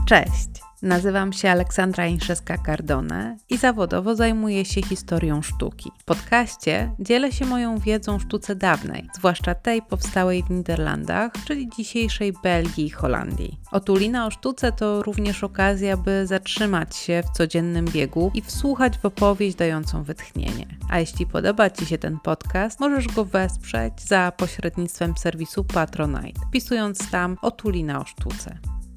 Cześć, nazywam się Aleksandra Ińszewska-Cardone i zawodowo zajmuję się historią sztuki. W podcaście dzielę się moją wiedzą o sztuce dawnej, zwłaszcza tej powstałej w Niderlandach, czyli dzisiejszej Belgii i Holandii. Otulina o sztuce to również okazja, by zatrzymać się w codziennym biegu i wsłuchać w opowieść dającą wytchnienie. A jeśli podoba Ci się ten podcast, możesz go wesprzeć za pośrednictwem serwisu Patronite, wpisując tam Otulina o sztuce.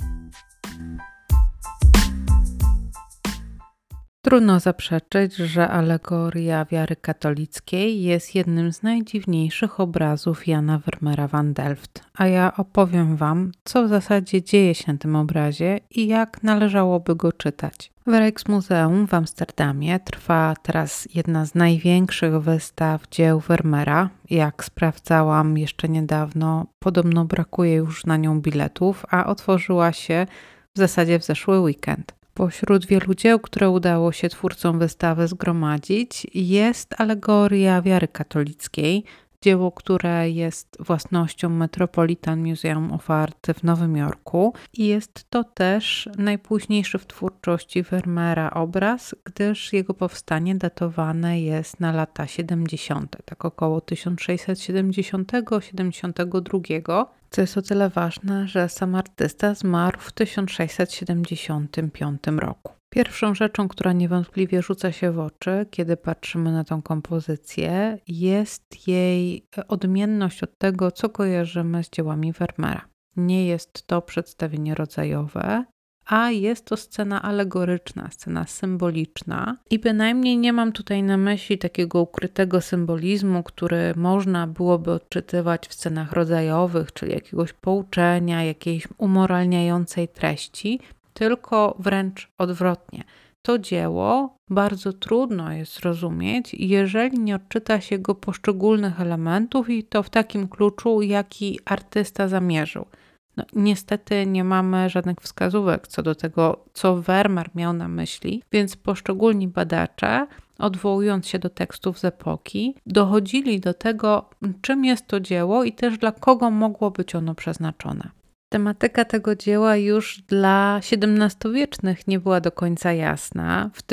Trudno zaprzeczyć, że alegoria wiary katolickiej jest jednym z najdziwniejszych obrazów Jana Vermeera van Delft, a ja opowiem Wam, co w zasadzie dzieje się na tym obrazie i jak należałoby go czytać. W Rijksmuseum w Amsterdamie trwa teraz jedna z największych wystaw dzieł Vermeera. Jak sprawdzałam jeszcze niedawno, podobno brakuje już na nią biletów, a otworzyła się w zasadzie w zeszły weekend. Pośród wielu dzieł, które udało się twórcom wystawy zgromadzić, jest alegoria wiary katolickiej, dzieło, które jest własnością Metropolitan Museum of Art w Nowym Jorku i jest to też najpóźniejszy w twórczości Vermeera obraz, gdyż jego powstanie datowane jest na lata 70., tak około 1670-72, co jest o tyle ważne, że sam artysta zmarł w 1675 roku. Pierwszą rzeczą, która niewątpliwie rzuca się w oczy, kiedy patrzymy na tą kompozycję, jest jej odmienność od tego, co kojarzymy z dziełami Vermeera. Nie jest to przedstawienie rodzajowe, a jest to scena alegoryczna, scena symboliczna i bynajmniej nie mam tutaj na myśli takiego ukrytego symbolizmu, który można byłoby odczytywać w scenach rodzajowych, czyli jakiegoś pouczenia, jakiejś umoralniającej treści, tylko wręcz odwrotnie. To dzieło bardzo trudno jest zrozumieć, jeżeli nie odczyta się go poszczególnych elementów i to w takim kluczu, jaki artysta zamierzył. Niestety nie mamy żadnych wskazówek co do tego, co Vermeer miał na myśli, więc poszczególni badacze, odwołując się do tekstów z epoki, dochodzili do tego, czym jest to dzieło i też dla kogo mogło być ono przeznaczone. Tematyka tego dzieła już dla XVII-wiecznych nie była do końca jasna. W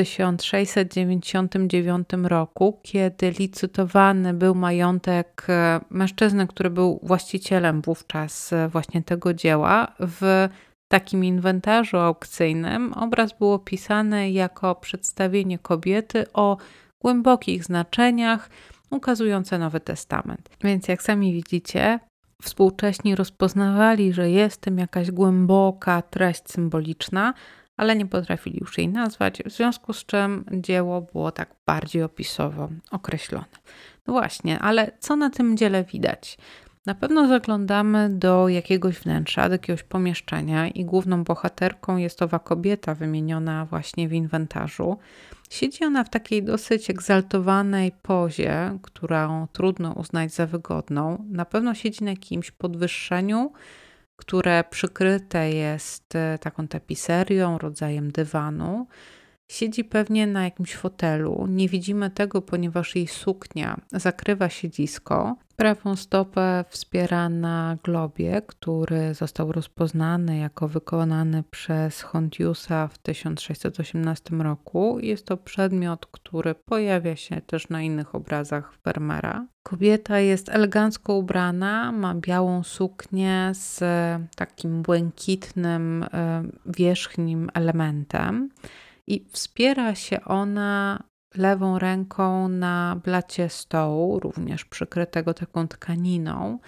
1699 roku, kiedy licytowany był majątek mężczyzny, który był właścicielem wówczas właśnie tego dzieła, w takim inwentarzu aukcyjnym obraz był opisany jako przedstawienie kobiety o głębokich znaczeniach ukazujące Nowy Testament. Więc jak sami widzicie, współcześni rozpoznawali, że jest tym jakaś głęboka treść symboliczna, ale nie potrafili już jej nazwać, w związku z czym dzieło było tak bardziej opisowo określone. No właśnie, ale co na tym dziele widać? Na pewno zaglądamy do jakiegoś wnętrza, do jakiegoś pomieszczenia i główną bohaterką jest owa kobieta wymieniona właśnie w inwentarzu. Siedzi ona w takiej dosyć egzaltowanej pozie, którą trudno uznać za wygodną. Na pewno siedzi na jakimś podwyższeniu, które przykryte jest taką tapiserią, rodzajem dywanu. Siedzi pewnie na jakimś fotelu. Nie widzimy tego, ponieważ jej suknia zakrywa siedzisko. Prawą stopę wspiera na globie, który został rozpoznany jako wykonany przez Hontiusa w 1618 roku. Jest to przedmiot, który pojawia się też na innych obrazach Vermeera. Kobieta jest elegancko ubrana, ma białą suknię z takim błękitnym wierzchnim elementem i wspiera się ona lewą ręką na blacie stołu, również przykrytego taką tkaniną,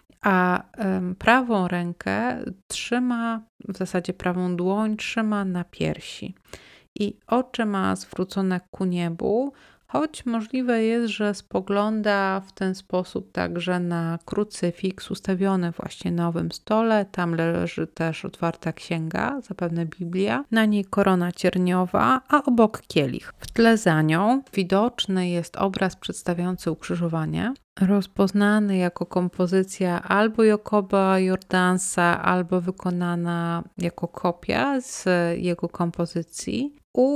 a prawą rękę trzyma, w zasadzie prawą dłoń trzyma na piersi i oczy ma zwrócone ku niebu, choć możliwe jest, że spogląda w ten sposób także na krucyfiks ustawiony właśnie na owym stole. Tam leży też otwarta księga, zapewne Biblia, na niej korona cierniowa, a obok kielich. W tle za nią widoczny jest obraz przedstawiający ukrzyżowanie, rozpoznany jako kompozycja albo Jacoba Jordansa, albo wykonana jako kopia z jego kompozycji.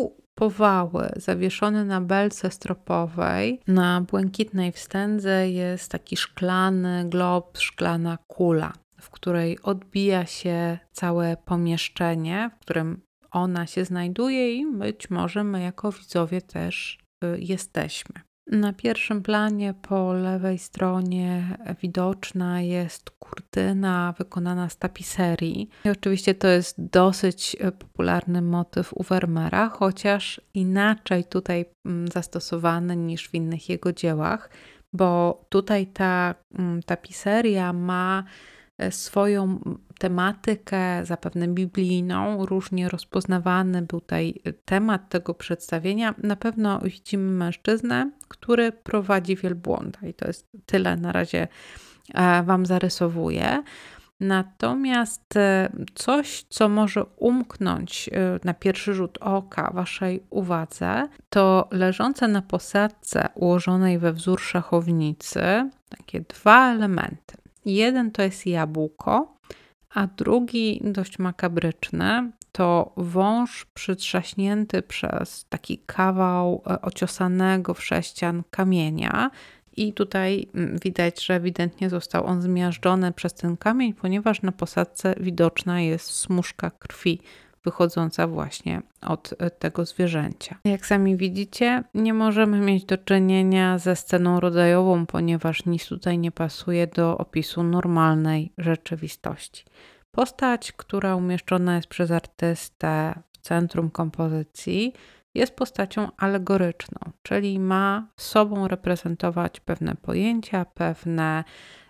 Powały zawieszony na belce stropowej, na błękitnej wstędze jest taki szklany glob, szklana kula. w której odbija się całe pomieszczenie, w którym ona się znajduje i być może my jako widzowie też jesteśmy. Na pierwszym planie po lewej stronie widoczna jest kurtyna wykonana z tapiserii. I oczywiście to jest dosyć popularny motyw u Vermeera, chociaż inaczej tutaj zastosowany niż w innych jego dziełach, bo tutaj ta tapiseria ma swoją tematykę, zapewne biblijną, różnie rozpoznawany był tutaj temat tego przedstawienia. Na pewno widzimy mężczyznę, który prowadzi wielbłąda i to jest tyle na razie Wam zarysowuję. Natomiast coś, co może umknąć na pierwszy rzut oka Waszej uwadze, to leżące na posadzce ułożonej we wzór szachownicy takie dwa elementy. Jeden to jest jabłko, a drugi, dość makabryczny, to wąż przytrzaśnięty przez taki kawał ociosanego w sześcian kamienia. I tutaj widać, że ewidentnie został on zmiażdżony przez ten kamień, ponieważ na posadzce widoczna jest smużka krwi wychodząca właśnie od tego zwierzęcia. Jak sami widzicie, nie możemy mieć do czynienia ze sceną rodzajową, ponieważ nic tutaj nie pasuje do opisu normalnej rzeczywistości. Postać, która umieszczona jest przez artystę w centrum kompozycji, jest postacią alegoryczną, czyli ma sobą reprezentować pewne pojęcia, pewne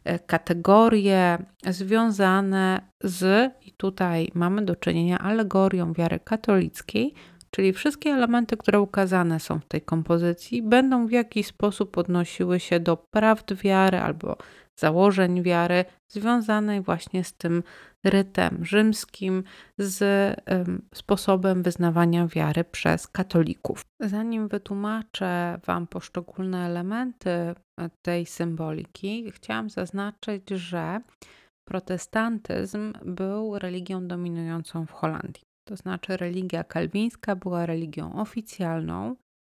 kategorie związane z, i tutaj mamy do czynienia alegorią wiary katolickiej, czyli wszystkie elementy, które ukazane są w tej kompozycji, będą w jakiś sposób odnosiły się do prawd wiary albo założeń wiary związanej właśnie z tym rytem rzymskim, z sposobem wyznawania wiary przez katolików. Zanim wytłumaczę Wam poszczególne elementy tej symboliki, chciałam zaznaczyć, że protestantyzm był religią dominującą w Holandii. To znaczy religia kalwińska była religią oficjalną,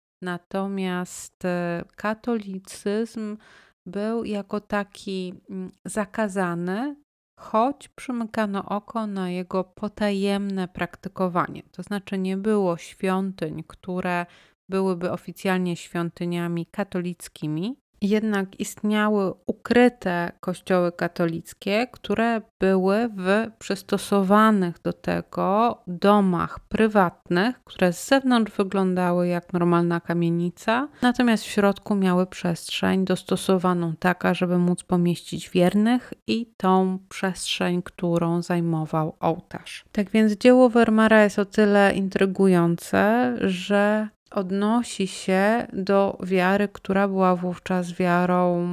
natomiast katolicyzm był jako taki zakazany, choć przymykano oko na jego potajemne praktykowanie. To znaczy nie było świątyń, które byłyby oficjalnie świątyniami katolickimi, jednak istniały ukryte kościoły katolickie, które były w przystosowanych do tego domach prywatnych, które z zewnątrz wyglądały jak normalna kamienica, natomiast w środku miały przestrzeń dostosowaną taka, żeby móc pomieścić wiernych i tą przestrzeń, którą zajmował ołtarz. Tak więc dzieło Vermeera jest o tyle intrygujące, że odnosi się do wiary, która była wówczas wiarą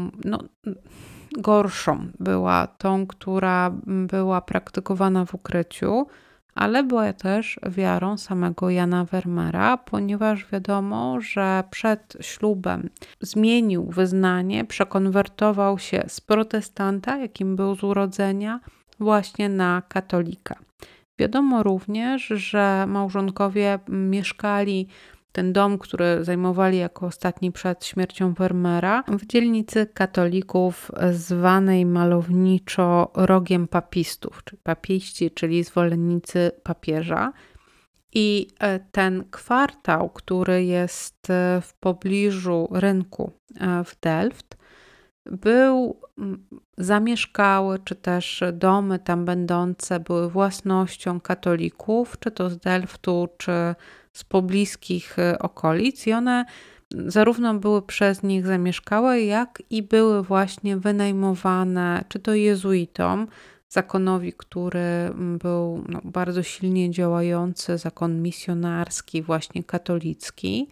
gorszą. Była tą, która była praktykowana w ukryciu, ale była też wiarą samego Jana Vermeera, ponieważ wiadomo, że przed ślubem zmienił wyznanie, przekonwertował się z protestanta, jakim był z urodzenia, właśnie na katolika. Wiadomo również, że małżonkowie mieszkali ten dom, który zajmowali jako ostatni przed śmiercią Vermeera, w dzielnicy katolików zwanej malowniczo Rogiem Papistów, czy papiści, czyli zwolennicy papieża. I ten kwartał, który jest w pobliżu rynku w Delft, był zamieszkały, czy też domy tam będące były własnością katolików, czy to z Delftu, czy z pobliskich okolic i one zarówno były przez nich zamieszkałe, jak i były właśnie wynajmowane, czy to jezuitom, zakonowi, który był bardzo silnie działający, zakon misjonarski, właśnie katolicki.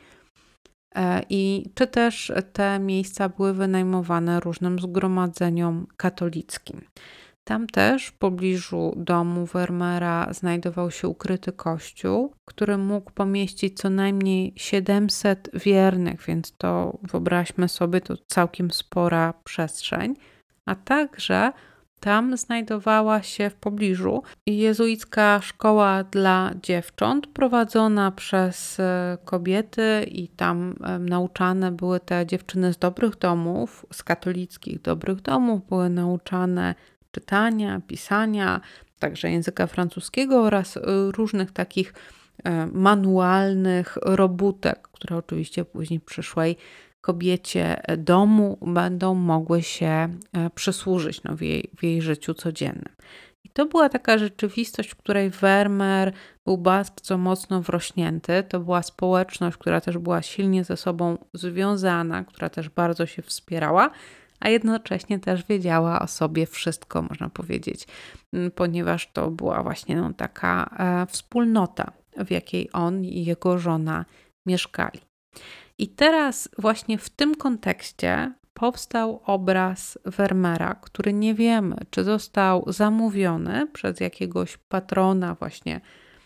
I czy też te miejsca były wynajmowane różnym zgromadzeniom katolickim. Tam też w pobliżu domu Vermeera znajdował się ukryty kościół, który mógł pomieścić co najmniej 700 wiernych, więc to wyobraźmy sobie, to całkiem spora przestrzeń, a także tam znajdowała się w pobliżu jezuicka szkoła dla dziewcząt prowadzona przez kobiety i tam nauczane były te dziewczyny z dobrych domów, z katolickich dobrych domów, były nauczane czytania, pisania, także języka francuskiego oraz różnych takich manualnych robótek, które oczywiście później przyszłej kobiecie domu będą mogły się przysłużyć w jej życiu codziennym. I to była taka rzeczywistość, w której Vermeer był bardzo mocno wrośnięty. To była społeczność, która też była silnie ze sobą związana, która też bardzo się wspierała, a jednocześnie też wiedziała o sobie wszystko, można powiedzieć, ponieważ to była właśnie taka wspólnota, w jakiej on i jego żona mieszkali. I teraz właśnie w tym kontekście powstał obraz Vermeera, który nie wiemy, czy został zamówiony przez jakiegoś patrona właśnie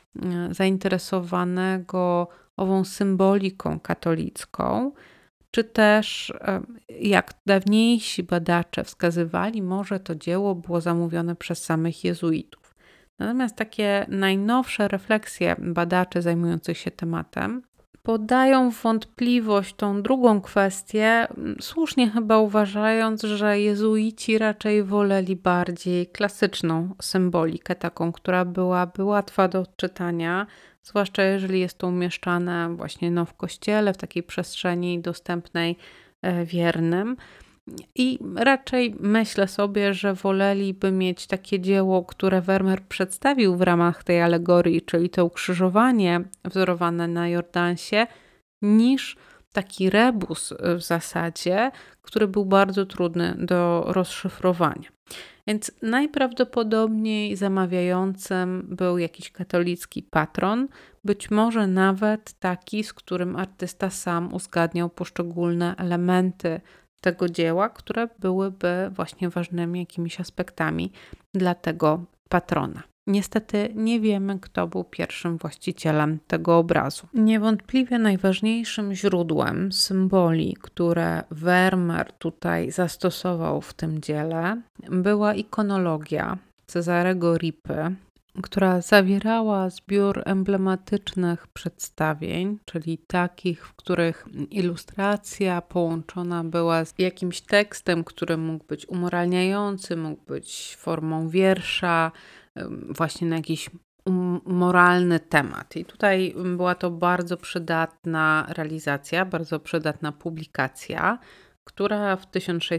zainteresowanego ową symboliką katolicką, czy też, jak dawniejsi badacze wskazywali, może to dzieło było zamówione przez samych jezuitów. Natomiast takie najnowsze refleksje badaczy zajmujących się tematem podają w wątpliwość tą drugą kwestię, słusznie chyba uważając, że jezuici raczej woleli bardziej klasyczną symbolikę, taką, która byłaby łatwa do odczytania, zwłaszcza jeżeli jest to umieszczane właśnie w kościele, w takiej przestrzeni dostępnej wiernym. I raczej myślę sobie, że woleliby mieć takie dzieło, które Vermeer przedstawił w ramach tej alegorii, czyli to ukrzyżowanie wzorowane na Jordansie, niż taki rebus w zasadzie, który był bardzo trudny do rozszyfrowania. Więc najprawdopodobniej zamawiającym był jakiś katolicki patron, być może nawet taki, z którym artysta sam uzgadniał poszczególne elementy tego dzieła, które byłyby właśnie ważnymi jakimiś aspektami dla tego patrona. Niestety nie wiemy, kto był pierwszym właścicielem tego obrazu. Niewątpliwie najważniejszym źródłem symboli, które Vermeer tutaj zastosował w tym dziele, była ikonologia Cezarego Rippy, która zawierała zbiór emblematycznych przedstawień, czyli takich, w których ilustracja połączona była z jakimś tekstem, który mógł być umoralniający, mógł być formą wiersza, właśnie na jakiś moralny temat. I tutaj była to bardzo przydatna realizacja, bardzo przydatna publikacja, która w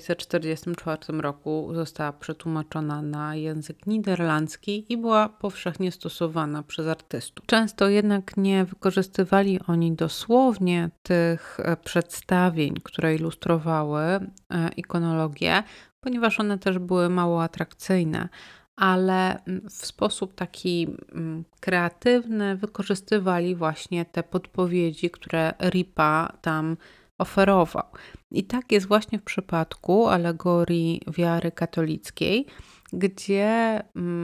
1644 roku została przetłumaczona na język niderlandzki i była powszechnie stosowana przez artystów. Często jednak nie wykorzystywali oni dosłownie tych przedstawień, które ilustrowały ikonologię, ponieważ one też były mało atrakcyjne, ale w sposób taki kreatywny wykorzystywali właśnie te podpowiedzi, które Ripa tam oferował. I tak jest właśnie w przypadku alegorii wiary katolickiej, gdzie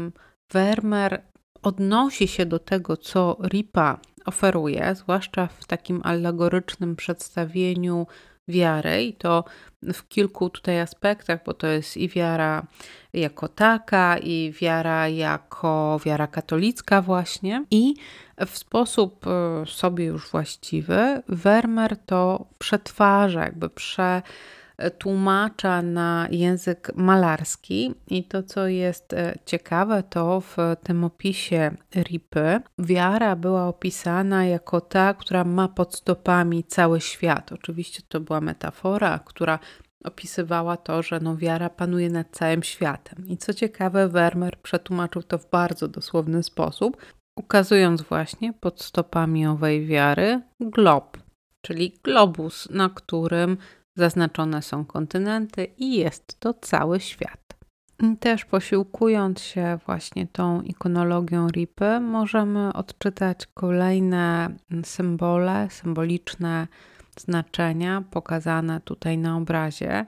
Vermeer odnosi się do tego, co Ripa oferuje, zwłaszcza w takim alegorycznym przedstawieniu wiary, i to w kilku tutaj aspektach, bo to jest i wiara jako taka, i wiara jako wiara katolicka właśnie. I w sposób sobie już właściwy Vermeer to przetwarza, jakby przetłumacza na język malarski. I to, co jest ciekawe, to w tym opisie Rippy wiara była opisana jako ta, która ma pod stopami cały świat. Oczywiście to była metafora, która opisywała to, że wiara panuje nad całym światem. I co ciekawe, Vermeer przetłumaczył to w bardzo dosłowny sposób, ukazując właśnie pod stopami owej wiary glob, czyli globus, na którym zaznaczone są kontynenty i jest to cały świat. Też posiłkując się właśnie tą ikonologią Rippy, możemy odczytać kolejne symbole, symboliczne znaczenia pokazane tutaj na obrazie,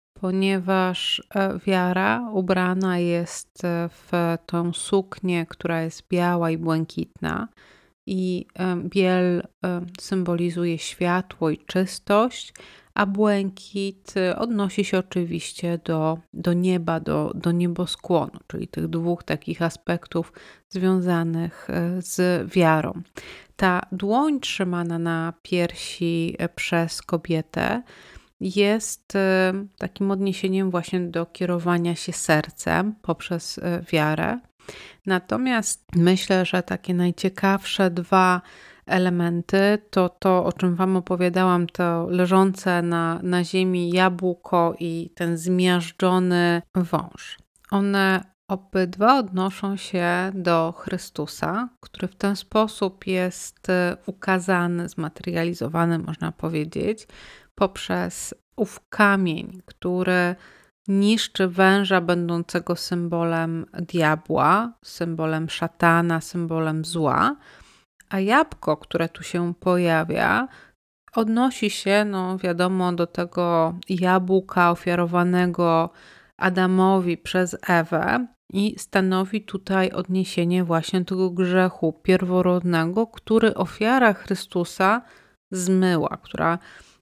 ponieważ wiara ubrana jest w tą suknię, która jest biała i błękitna, i biel symbolizuje światło i czystość, a błękit odnosi się oczywiście do nieba, do nieboskłonu, czyli tych dwóch takich aspektów związanych z wiarą. Ta dłoń trzymana na piersi przez kobietę jest takim odniesieniem właśnie do kierowania się sercem poprzez wiarę. Natomiast myślę, że takie najciekawsze dwa elementy to, o czym Wam opowiadałam, to leżące na ziemi jabłko i ten zmiażdżony wąż. One obydwa odnoszą się do Chrystusa, który w ten sposób jest ukazany, zmaterializowany, można powiedzieć, poprzez ów kamień, który niszczy węża będącego symbolem diabła, symbolem szatana, symbolem zła, a jabłko, które tu się pojawia, odnosi się, no wiadomo, do tego jabłka ofiarowanego Adamowi przez Ewę i stanowi tutaj odniesienie właśnie tego grzechu pierworodnego, który ofiara Chrystusa zmyła, która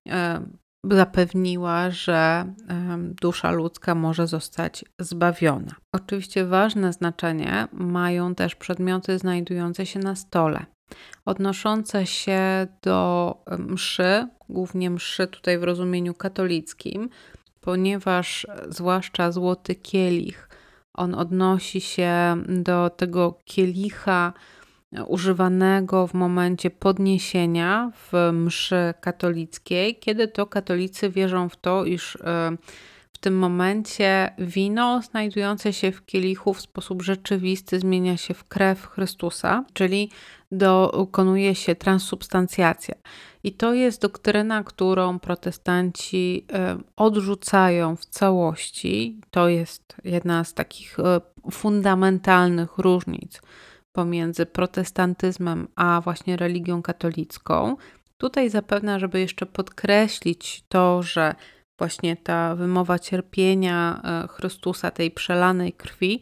zapewniła, że dusza ludzka może zostać zbawiona. Oczywiście ważne znaczenie mają też przedmioty znajdujące się na stole, odnoszące się do mszy, głównie mszy tutaj w rozumieniu katolickim, ponieważ zwłaszcza złoty kielich, on odnosi się do tego kielicha używanego w momencie podniesienia w mszy katolickiej, kiedy to katolicy wierzą w to, iż w tym momencie wino znajdujące się w kielichu w sposób rzeczywisty zmienia się w krew Chrystusa, czyli dokonuje się transsubstancjacja. I to jest doktryna, którą protestanci odrzucają w całości. To jest jedna z takich fundamentalnych różnic pomiędzy protestantyzmem a właśnie religią katolicką. Tutaj zapewne, żeby jeszcze podkreślić to, że właśnie ta wymowa cierpienia Chrystusa, tej przelanej krwi,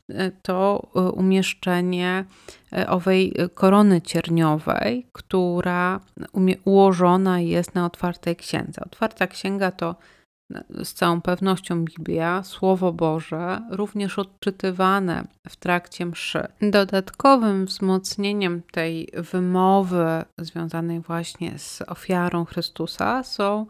to umieszczenie owej korony cierniowej, która ułożona jest na otwartej księdze. Otwarta księga to z całą pewnością Biblia, Słowo Boże, również odczytywane w trakcie mszy. Dodatkowym wzmocnieniem tej wymowy związanej właśnie z ofiarą Chrystusa są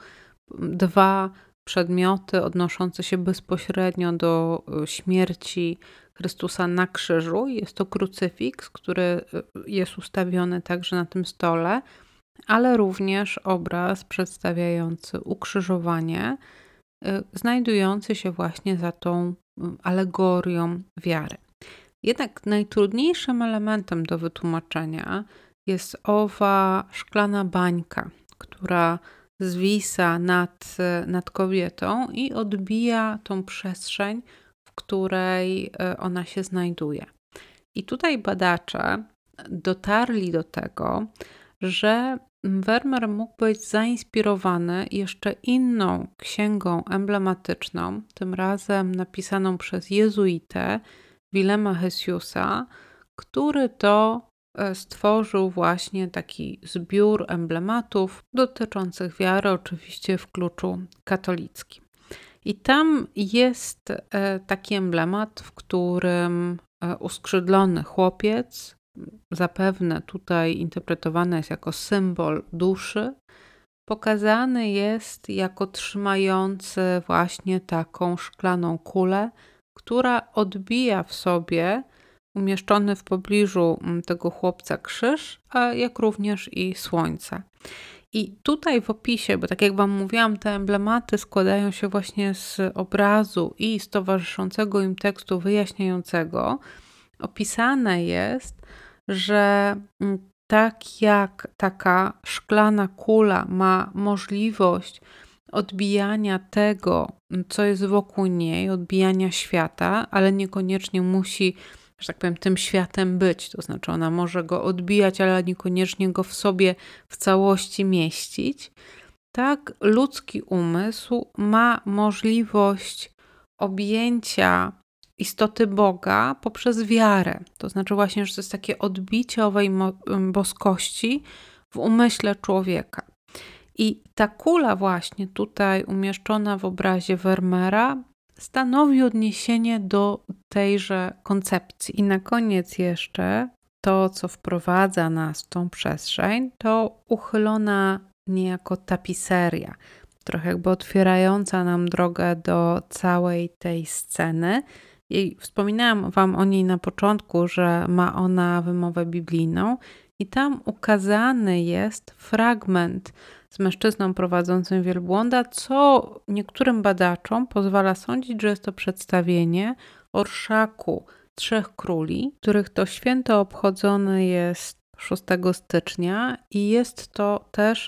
dwa przedmioty odnoszące się bezpośrednio do śmierci Chrystusa na krzyżu. Jest to krucyfiks, który jest ustawiony także na tym stole, ale również obraz przedstawiający ukrzyżowanie, znajdujący się właśnie za tą alegorią wiary. Jednak najtrudniejszym elementem do wytłumaczenia jest owa szklana bańka, która zwisa nad kobietą i odbija tą przestrzeń, w której ona się znajduje. I tutaj badacze dotarli do tego, że Vermeer mógł być zainspirowany jeszcze inną księgą emblematyczną, tym razem napisaną przez jezuitę Willema Hessiusa, który to stworzył właśnie taki zbiór emblematów dotyczących wiary, oczywiście w kluczu katolickim. I tam jest taki emblemat, w którym uskrzydlony chłopiec, zapewne tutaj interpretowany jest jako symbol duszy, pokazany jest jako trzymający właśnie taką szklaną kulę, która odbija w sobie umieszczony w pobliżu tego chłopca krzyż, a jak również i słońce. I tutaj w opisie, bo tak jak Wam mówiłam, te emblematy składają się właśnie z obrazu i z towarzyszącego im tekstu wyjaśniającego, opisane jest, że tak jak taka szklana kula ma możliwość odbijania tego, co jest wokół niej, odbijania świata, ale niekoniecznie musi, że tak powiem, tym światem być. To znaczy ona może go odbijać, ale niekoniecznie go w sobie w całości mieścić. Tak ludzki umysł ma możliwość objęcia istoty Boga poprzez wiarę. To znaczy właśnie, że to jest takie odbicie owej boskości w umyśle człowieka. I ta kula właśnie tutaj umieszczona w obrazie Vermeera stanowi odniesienie do tejże koncepcji. I na koniec jeszcze to, co wprowadza nas w tą przestrzeń, to uchylona niejako tapiseria, trochę jakby otwierająca nam drogę do całej tej sceny. I wspominałam Wam o niej na początku, że ma ona wymowę biblijną i tam ukazany jest fragment z mężczyzną prowadzącym wielbłąda, co niektórym badaczom pozwala sądzić, że jest to przedstawienie orszaku trzech króli, których to święto obchodzone jest 6 stycznia i jest to też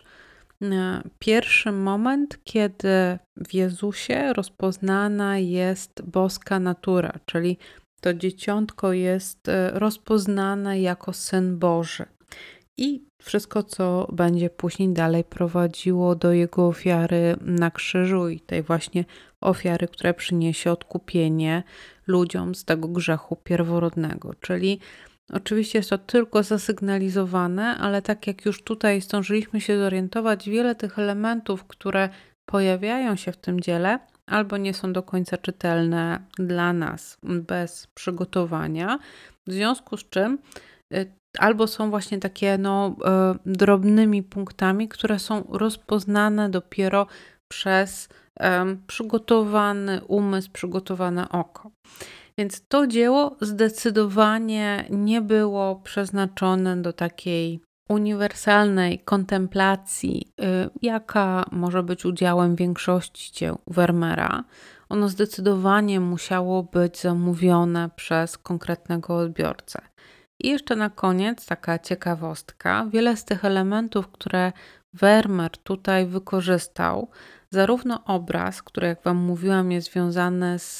pierwszy moment, kiedy w Jezusie rozpoznana jest boska natura, czyli to dzieciątko jest rozpoznane jako Syn Boży. I wszystko, co będzie później dalej prowadziło do Jego ofiary na krzyżu i tej właśnie ofiary, która przyniesie odkupienie ludziom z tego grzechu pierworodnego. Czyli oczywiście jest to tylko zasygnalizowane, ale tak jak już tutaj zdążyliśmy się zorientować, wiele tych elementów, które pojawiają się w tym dziele, albo nie są do końca czytelne dla nas bez przygotowania, w związku z czym albo są właśnie takie drobnymi punktami, które są rozpoznane dopiero przez przygotowany umysł, przygotowane oko. Więc to dzieło zdecydowanie nie było przeznaczone do takiej uniwersalnej kontemplacji, jaka może być udziałem większości dzieł Vermeera. Ono zdecydowanie musiało być zamówione przez konkretnego odbiorcę. I jeszcze na koniec taka ciekawostka. Wiele z tych elementów, które Vermeer tutaj wykorzystał, zarówno obraz, który jak Wam mówiłam jest związany z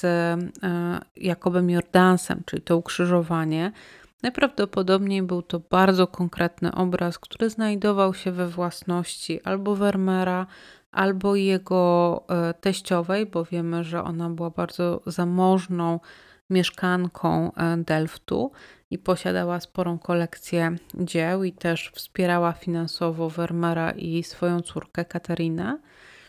Jakobem Jordansem, czyli to ukrzyżowanie, najprawdopodobniej był to bardzo konkretny obraz, który znajdował się we własności albo Vermeera, albo jego teściowej, bo wiemy, że ona była bardzo zamożną mieszkanką Delftu i posiadała sporą kolekcję dzieł i też wspierała finansowo Vermeera i swoją córkę Katarinę.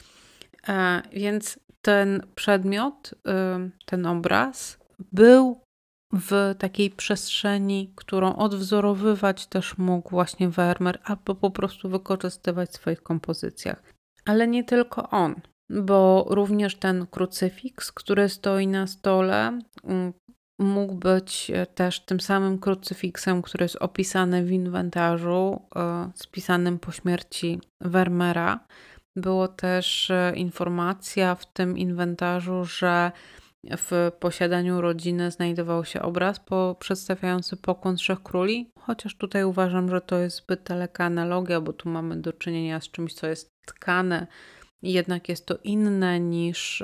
Więc ten przedmiot, ten obraz był w takiej przestrzeni, którą odwzorowywać też mógł właśnie Vermeer, albo po prostu wykorzystywać w swoich kompozycjach. Ale nie tylko on, bo również ten krucyfiks, który stoi na stole, mógł być też tym samym krucyfiksem, który jest opisany w inwentarzu spisanym po śmierci Vermeera. Było też informacja w tym inwentarzu, że w posiadaniu rodziny znajdował się obraz przedstawiający pokłon trzech króli, chociaż tutaj uważam, że to jest zbyt daleka analogia, bo tu mamy do czynienia z czymś, co jest tkane i jednak jest to inne niż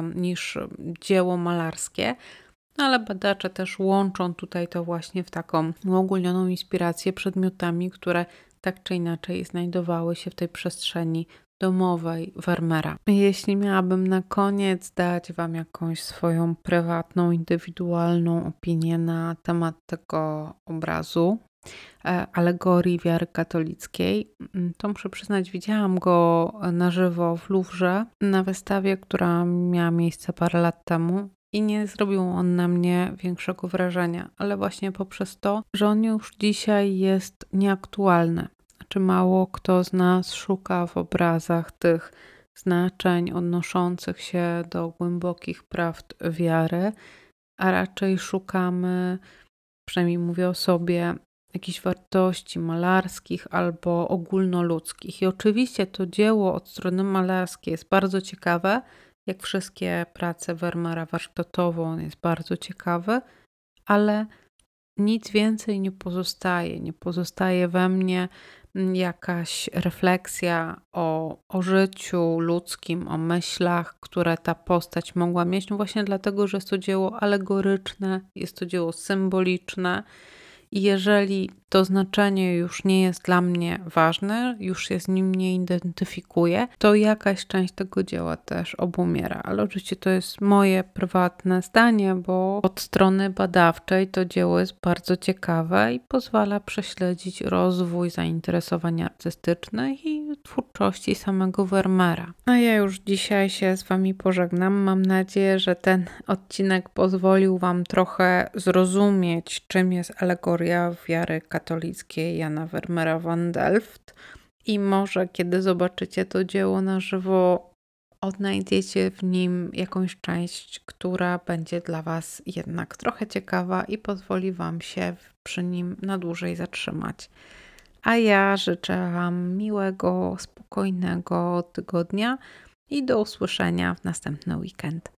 dzieło malarskie. No ale badacze też łączą tutaj to właśnie w taką uogólnioną inspirację przedmiotami, które tak czy inaczej znajdowały się w tej przestrzeni domowej Vermeera. Jeśli miałabym na koniec dać Wam jakąś swoją prywatną, indywidualną opinię na temat tego obrazu, alegorii wiary katolickiej, to muszę przyznać, widziałam go na żywo w Louvre na wystawie, która miała miejsce parę lat temu. I nie zrobił on na mnie większego wrażenia, ale właśnie poprzez to, że on już dzisiaj jest nieaktualny. Znaczy mało kto z nas szuka w obrazach tych znaczeń odnoszących się do głębokich prawd wiary, a raczej szukamy, przynajmniej mówię o sobie, jakichś wartości malarskich albo ogólnoludzkich. I oczywiście to dzieło od strony malarskiej jest bardzo ciekawe, jak wszystkie prace Vermeera warsztatowo, on jest bardzo ciekawy, ale nic więcej nie pozostaje. Nie pozostaje we mnie jakaś refleksja o życiu ludzkim, o myślach, które ta postać mogła mieć. No właśnie dlatego, że jest to dzieło alegoryczne, jest to dzieło symboliczne. I jeżeli to znaczenie już nie jest dla mnie ważne, już się z nim nie identyfikuję, to jakaś część tego dzieła też obumiera. Ale oczywiście to jest moje prywatne zdanie, bo od strony badawczej to dzieło jest bardzo ciekawe i pozwala prześledzić rozwój zainteresowań artystycznych i twórczości samego Vermeera. A ja już dzisiaj się z Wami pożegnam. Mam nadzieję, że ten odcinek pozwolił Wam trochę zrozumieć, czym jest alegoria wiary katolickiej Jana Vermeera van Delft i może kiedy zobaczycie to dzieło na żywo, odnajdziecie w nim jakąś część, która będzie dla Was jednak trochę ciekawa i pozwoli Wam się przy nim na dłużej zatrzymać. A ja życzę Wam miłego, spokojnego tygodnia i do usłyszenia w następny weekend.